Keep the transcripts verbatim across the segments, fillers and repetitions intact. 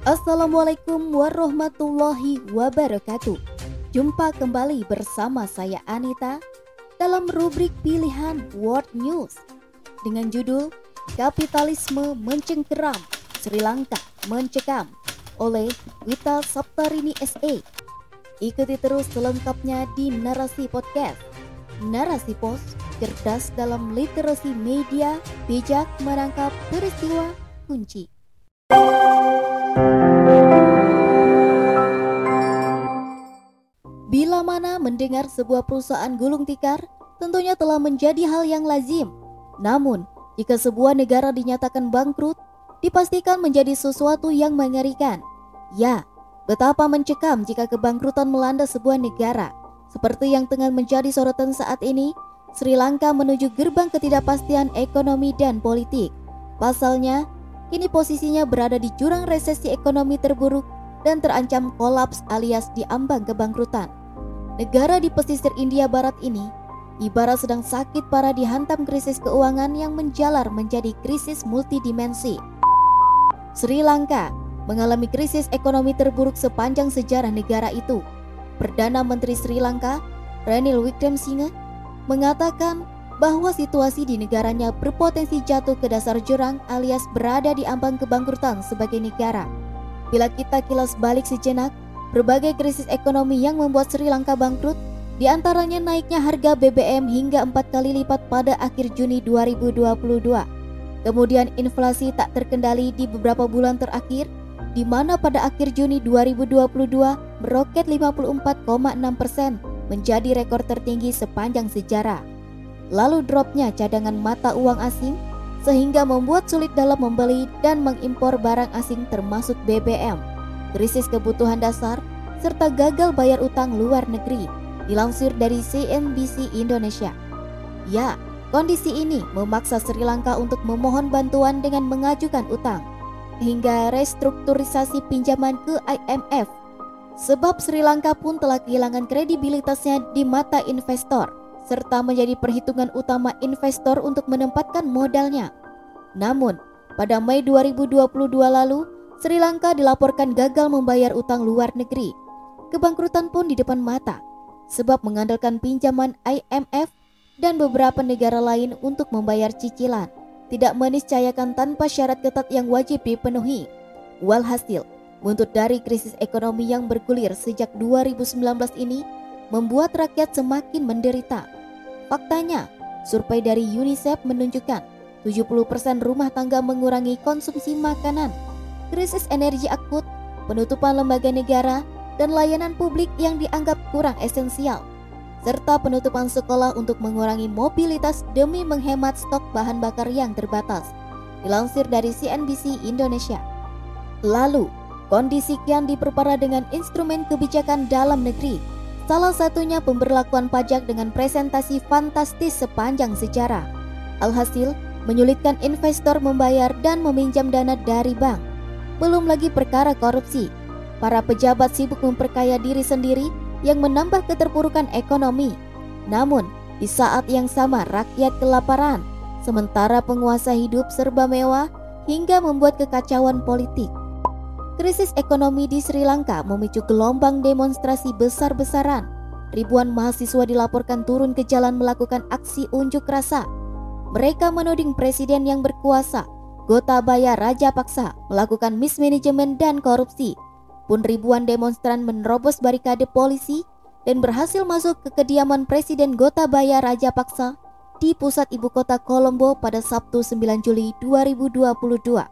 Assalamualaikum warahmatullahi wabarakatuh. Jumpa kembali bersama saya Anita dalam rubrik pilihan World News dengan judul Kapitalisme Mencengkeram, Sri Lanka Mencekam oleh Wita Saptarini S A. Ikuti terus selengkapnya di Narasi Podcast. Narasi Pos, cerdas dalam literasi media, bijak menangkap peristiwa kunci. Bila mana mendengar sebuah perusahaan gulung tikar, tentunya telah menjadi hal yang lazim. Namun, jika sebuah negara dinyatakan bangkrut, dipastikan menjadi sesuatu yang mengerikan. Ya, betapa mencekam jika kebangkrutan melanda sebuah negara. Seperti yang tengah menjadi sorotan saat ini, Sri Lanka menuju gerbang ketidakpastian ekonomi dan politik. Pasalnya, kini posisinya berada di jurang resesi ekonomi terburuk dan terancam kolaps alias diambang kebangkrutan. Negara di pesisir India Barat ini ibarat sedang sakit parah dihantam krisis keuangan yang menjalar menjadi krisis multidimensi. Sri Lanka mengalami krisis ekonomi terburuk sepanjang sejarah negara itu. Perdana Menteri Sri Lanka, Ranil Wickremesinghe, mengatakan bahwa situasi di negaranya berpotensi jatuh ke dasar jurang alias berada di ambang kebangkrutan sebagai negara. Bila kita kilas balik sejenak, berbagai krisis ekonomi yang membuat Sri Lanka bangkrut, diantaranya naiknya harga B B M hingga empat kali lipat pada akhir Juni dua ribu dua puluh dua. Kemudian inflasi tak terkendali di beberapa bulan terakhir, di mana pada akhir Juni dua ribu dua puluh dua meroket lima puluh empat koma enam persen, menjadi rekor tertinggi sepanjang sejarah. Lalu dropnya cadangan mata uang asing, sehingga membuat sulit dalam membeli dan mengimpor barang asing termasuk B B M. Krisis kebutuhan dasar, serta gagal bayar utang luar negeri, dilansir dari C N B C Indonesia. Ya, kondisi ini memaksa Sri Lanka untuk memohon bantuan dengan mengajukan utang, hingga restrukturisasi pinjaman ke I M F. Sebab Sri Lanka pun telah kehilangan kredibilitasnya di mata investor, serta menjadi perhitungan utama investor untuk menempatkan modalnya. Namun, pada Mei dua ribu dua puluh dua lalu, Sri Lanka dilaporkan gagal membayar utang luar negeri. Kebangkrutan pun di depan mata, sebab mengandalkan pinjaman I M F dan beberapa negara lain untuk membayar cicilan, tidak meniscayakan tanpa syarat ketat yang wajib dipenuhi. Walhasil, buntut dari krisis ekonomi yang bergulir sejak dua ribu sembilan belas ini membuat rakyat semakin menderita. Faktanya, survei dari UNICEF menunjukkan tujuh puluh persen rumah tangga mengurangi konsumsi makanan. Krisis energi akut, penutupan lembaga negara, dan layanan publik yang dianggap kurang esensial, serta penutupan sekolah untuk mengurangi mobilitas demi menghemat stok bahan bakar yang terbatas, dilansir dari C N B C Indonesia. Lalu, kondisi kian diperparah dengan instrumen kebijakan dalam negeri, salah satunya pemberlakuan pajak dengan presentasi fantastis sepanjang sejarah. Alhasil, menyulitkan investor membayar dan meminjam dana dari bank. Belum lagi perkara korupsi. Para pejabat sibuk memperkaya diri sendiri yang menambah keterpurukan ekonomi. Namun, di saat yang sama rakyat kelaparan, sementara penguasa hidup serba mewah hingga membuat kekacauan politik. Krisis ekonomi di Sri Lanka memicu gelombang demonstrasi besar-besaran. Ribuan mahasiswa dilaporkan turun ke jalan melakukan aksi unjuk rasa. Mereka menuding presiden yang berkuasa, Gotabaya Rajapaksa, melakukan mismanajemen dan korupsi. Pun ribuan demonstran menerobos barikade polisi dan berhasil masuk ke kediaman Presiden Gotabaya Rajapaksa di pusat ibu kota Colombo pada Sabtu sembilan Juli dua ribu dua puluh dua.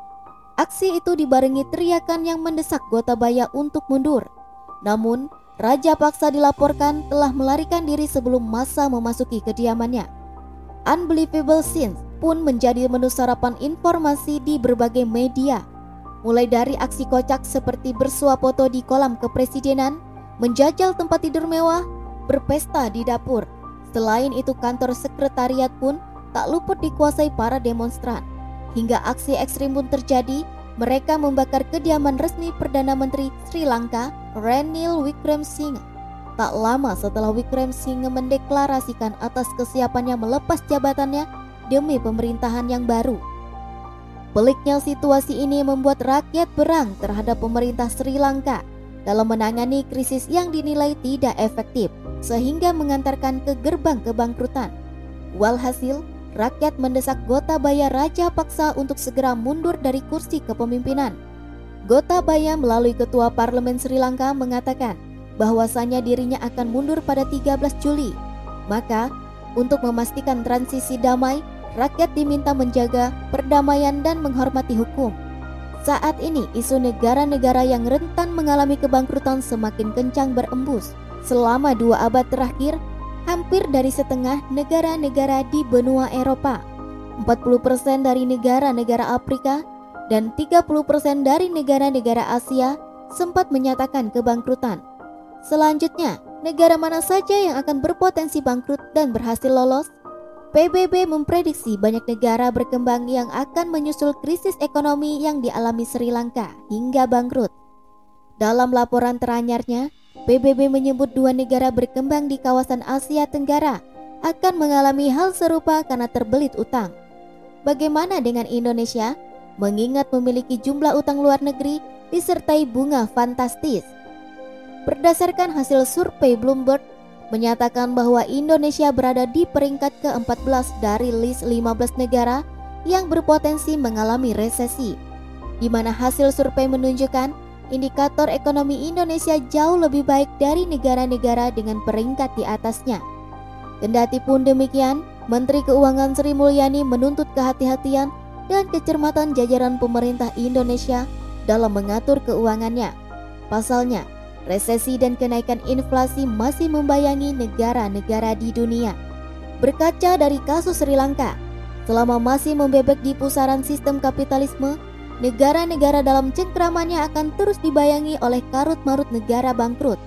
Aksi itu dibarengi teriakan yang mendesak Gotabaya untuk mundur. Namun, Rajapaksa dilaporkan telah melarikan diri sebelum massa memasuki kediamannya. Unbelievable scenes pun menjadi menu sarapan informasi di berbagai media, mulai dari aksi kocak seperti bersuah foto di kolam kepresidenan, menjajal tempat tidur mewah, berpesta di dapur. Selain itu, kantor sekretariat pun tak luput dikuasai para demonstran. Hingga aksi ekstrim pun terjadi, mereka membakar kediaman resmi Perdana Menteri Sri Lanka, Ranil Wickremesinghe. Tak lama setelah Wickremesinghe mendeklarasikan atas kesiapannya melepas jabatannya demi pemerintahan yang baru. Peliknya situasi ini membuat rakyat berang terhadap pemerintah Sri Lanka dalam menangani krisis yang dinilai tidak efektif, sehingga mengantarkan ke gerbang kebangkrutan. Walhasil, rakyat mendesak Gotabaya Rajapaksa untuk segera mundur dari kursi kepemimpinan. Gotabaya melalui Ketua Parlemen Sri Lanka mengatakan bahwasanya dirinya akan mundur pada tiga belas Juli. Maka, untuk memastikan transisi damai, rakyat diminta menjaga perdamaian dan menghormati hukum. Saat ini, isu negara-negara yang rentan mengalami kebangkrutan semakin kencang berembus. Selama dua abad terakhir, hampir dari setengah negara-negara di benua Eropa, empat puluh persen dari negara-negara Afrika, dan tiga puluh persen dari negara-negara Asia sempat menyatakan kebangkrutan. Selanjutnya, negara mana saja yang akan berpotensi bangkrut dan berhasil lolos? P B B memprediksi banyak negara berkembang yang akan menyusul krisis ekonomi yang dialami Sri Lanka hingga bangkrut. Dalam laporan teranyarnya, P B B menyebut dua negara berkembang di kawasan Asia Tenggara akan mengalami hal serupa karena terbelit utang. Bagaimana dengan Indonesia? Mengingat memiliki jumlah utang luar negeri disertai bunga fantastis. Berdasarkan hasil survei Bloomberg, menyatakan bahwa Indonesia berada di peringkat ke empat belas dari list lima belas negara yang berpotensi mengalami resesi, di mana hasil survei menunjukkan indikator ekonomi Indonesia jauh lebih baik dari negara-negara dengan peringkat di atasnya. Kendati pun demikian, Menteri Keuangan Sri Mulyani menuntut kehati-hatian dan kecermatan jajaran pemerintah Indonesia dalam mengatur keuangannya. Pasalnya, resesi dan kenaikan inflasi masih membayangi negara-negara di dunia. Berkaca dari kasus Sri Lanka, selama masih membebek di pusaran sistem kapitalisme, negara-negara dalam cengkramannya akan terus dibayangi oleh karut-marut negara bangkrut.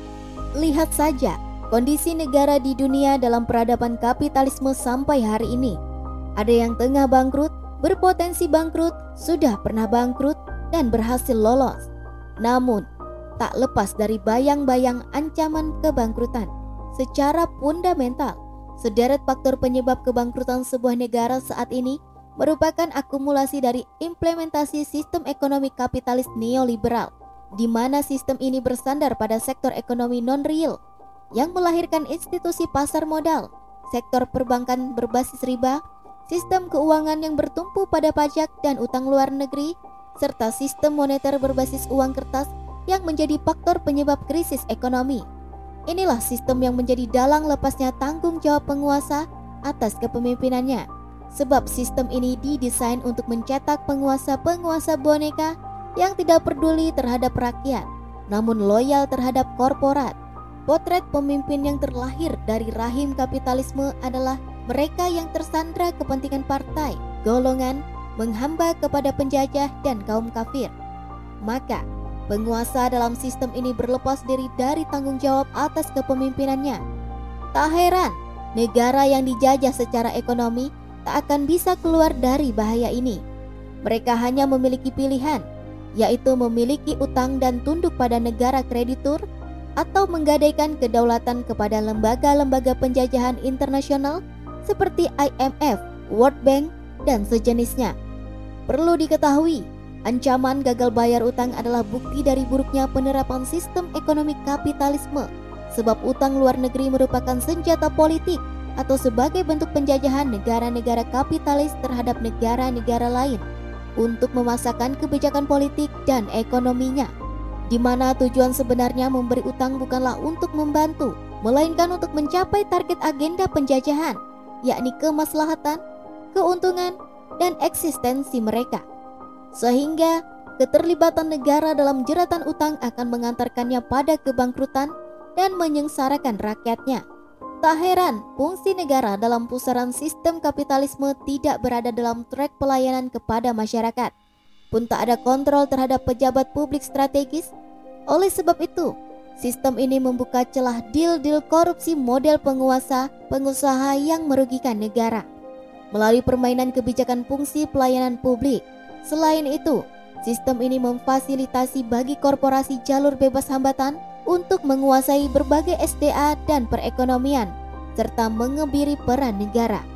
Lihat saja kondisi negara di dunia dalam peradaban kapitalisme sampai hari ini. Ada yang tengah bangkrut, berpotensi bangkrut, sudah pernah bangkrut, dan berhasil lolos. Namun, tak lepas dari bayang-bayang ancaman kebangkrutan. Secara fundamental, sederet faktor penyebab kebangkrutan sebuah negara saat ini merupakan akumulasi dari implementasi sistem ekonomi kapitalis neoliberal, di mana sistem ini bersandar pada sektor ekonomi non-real yang melahirkan institusi pasar modal, sektor perbankan berbasis riba, sistem keuangan yang bertumpu pada pajak dan utang luar negeri, serta sistem moneter berbasis uang kertas yang menjadi faktor penyebab krisis ekonomi. Inilah sistem yang menjadi dalang lepasnya tanggung jawab penguasa atas kepemimpinannya, sebab sistem ini didesain untuk mencetak penguasa-penguasa boneka yang tidak peduli terhadap rakyat, namun loyal terhadap korporat. Potret pemimpin yang terlahir dari rahim kapitalisme adalah mereka yang tersandra kepentingan partai, golongan, menghamba kepada penjajah dan kaum kafir. Maka, penguasa dalam sistem ini berlepas diri dari tanggung jawab atas kepemimpinannya. Tak heran, negara yang dijajah secara ekonomi tak akan bisa keluar dari bahaya ini. Mereka hanya memiliki pilihan, yaitu memiliki utang dan tunduk pada negara kreditur, atau menggadaikan kedaulatan kepada lembaga-lembaga penjajahan internasional seperti I M F, World Bank, dan sejenisnya. Perlu diketahui, ancaman gagal bayar utang adalah bukti dari buruknya penerapan sistem ekonomi kapitalisme, sebab utang luar negeri merupakan senjata politik atau sebagai bentuk penjajahan negara-negara kapitalis terhadap negara-negara lain untuk memaksakan kebijakan politik dan ekonominya, di mana tujuan sebenarnya memberi utang bukanlah untuk membantu, melainkan untuk mencapai target agenda penjajahan, yakni kemaslahatan, keuntungan, dan eksistensi mereka. Sehingga keterlibatan negara dalam jeratan utang akan mengantarkannya pada kebangkrutan dan menyengsarakan rakyatnya. Tak heran, fungsi negara dalam pusaran sistem kapitalisme tidak berada dalam track pelayanan kepada masyarakat, pun tak ada kontrol terhadap pejabat publik strategis. Oleh sebab itu, sistem ini membuka celah deal-deal korupsi model penguasa, pengusaha yang merugikan negara melalui permainan kebijakan fungsi pelayanan publik. Selain itu, sistem ini memfasilitasi bagi korporasi jalur bebas hambatan untuk menguasai berbagai S D A dan perekonomian, serta mengebiri peran negara.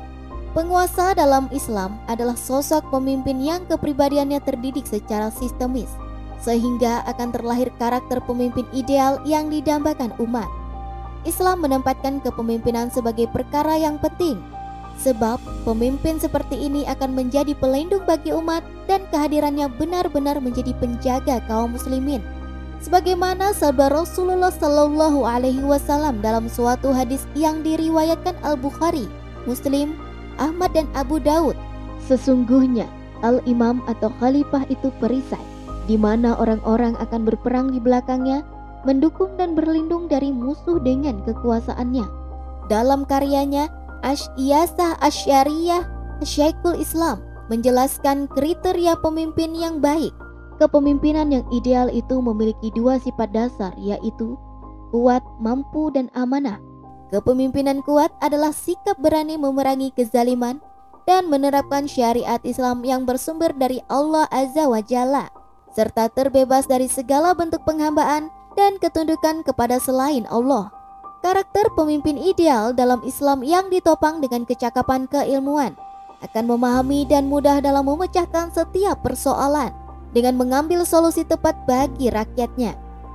Penguasa dalam Islam adalah sosok pemimpin yang kepribadiannya terdidik secara sistemis, sehingga akan terlahir karakter pemimpin ideal yang didambakan umat. Islam menempatkan kepemimpinan sebagai perkara yang penting, sebab pemimpin seperti ini akan menjadi pelindung bagi umat dan kehadirannya benar-benar menjadi penjaga kaum muslimin. Sebagaimana sabda Rasulullah Shallallahu Alaihi Wasallam dalam suatu hadis yang diriwayatkan Al-Bukhari, Muslim, Ahmad dan Abu Daud, sesungguhnya Al-Imam atau Khalifah itu perisai, di mana orang-orang akan berperang di belakangnya, mendukung dan berlindung dari musuh dengan kekuasaannya. Dalam karyanya Asy'iyasah Asy'ariyah, Syekhul Islam menjelaskan kriteria pemimpin yang baik. Kepemimpinan yang ideal itu memiliki dua sifat dasar, yaitu kuat, mampu, dan amanah. Kepemimpinan kuat adalah sikap berani memerangi kezaliman dan menerapkan syariat Islam yang bersumber dari Allah Azza wa Jalla, serta terbebas dari segala bentuk penghambaan dan ketundukan kepada selain Allah. Karakter pemimpin ideal dalam Islam yang ditopang dengan kecakapan keilmuan akan memahami dan mudah dalam memecahkan setiap persoalan dengan mengambil solusi tepat bagi rakyatnya.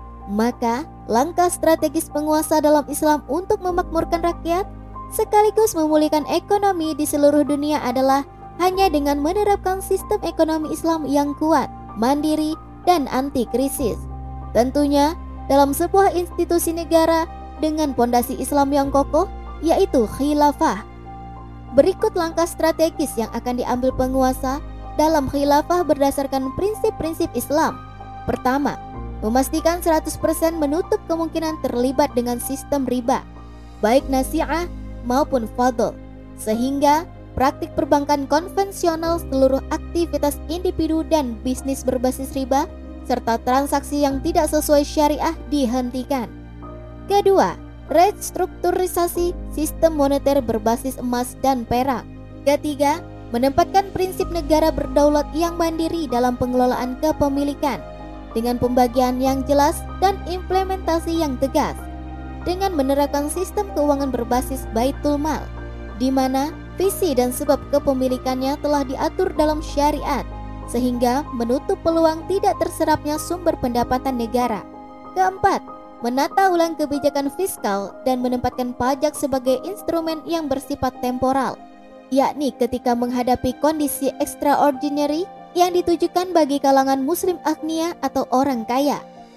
Maka, langkah strategis penguasa dalam Islam untuk memakmurkan rakyat sekaligus memulihkan ekonomi di seluruh dunia adalah hanya dengan menerapkan sistem ekonomi Islam yang kuat, mandiri, dan anti krisis. Tentunya dalam sebuah institusi negara dengan pondasi Islam yang kokoh, yaitu khilafah. Berikut langkah strategis yang akan diambil penguasa dalam khilafah berdasarkan prinsip-prinsip Islam. Pertama, memastikan seratus persen menutup kemungkinan terlibat dengan sistem riba, baik nasi'ah maupun fadl, sehingga praktik perbankan konvensional, seluruh aktivitas individu dan bisnis berbasis riba, serta transaksi yang tidak sesuai syariah dihentikan. Kedua, restrukturisasi sistem moneter berbasis emas dan perak. Ketiga, menempatkan prinsip negara berdaulat yang mandiri dalam pengelolaan kepemilikan dengan pembagian yang jelas dan implementasi yang tegas, dengan menerapkan sistem keuangan berbasis baitul mal, di mana visi dan sebab kepemilikannya telah diatur dalam syariat, sehingga menutup peluang tidak terserapnya sumber pendapatan negara. Keempat, menata ulang kebijakan fiskal dan menempatkan pajak sebagai instrumen yang bersifat temporal, yakni ketika menghadapi kondisi extraordinary yang ditujukan bagi kalangan muslim agnia atau orang kaya.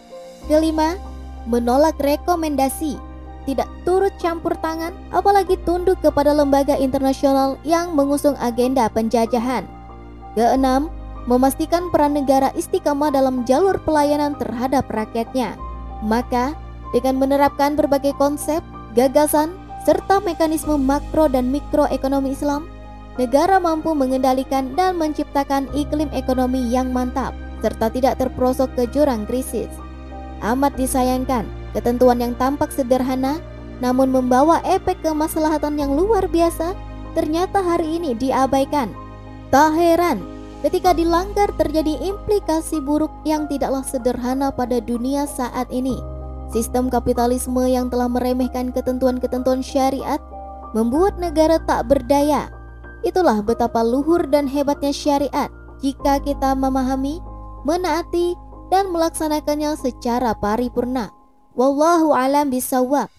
Kelima, menolak rekomendasi, tidak turut campur tangan, apalagi tunduk kepada lembaga internasional yang mengusung agenda penjajahan. Keenam, memastikan peran negara istiqamah dalam jalur pelayanan terhadap rakyatnya. Maka, dengan menerapkan berbagai konsep, gagasan, serta mekanisme makro dan mikroekonomi Islam, negara mampu mengendalikan dan menciptakan iklim ekonomi yang mantap, serta tidak terperosok ke jurang krisis. Amat disayangkan, ketentuan yang tampak sederhana, namun membawa efek kemaslahatan yang luar biasa, ternyata hari ini diabaikan. Tak heran, ketika dilanggar terjadi implikasi buruk yang tidaklah sederhana pada dunia saat ini. Sistem kapitalisme yang telah meremehkan ketentuan-ketentuan syariat membuat negara tak berdaya. Itulah betapa luhur dan hebatnya syariat jika kita memahami, menaati, dan melaksanakannya secara paripurna. Wallahu a'lam bishawab.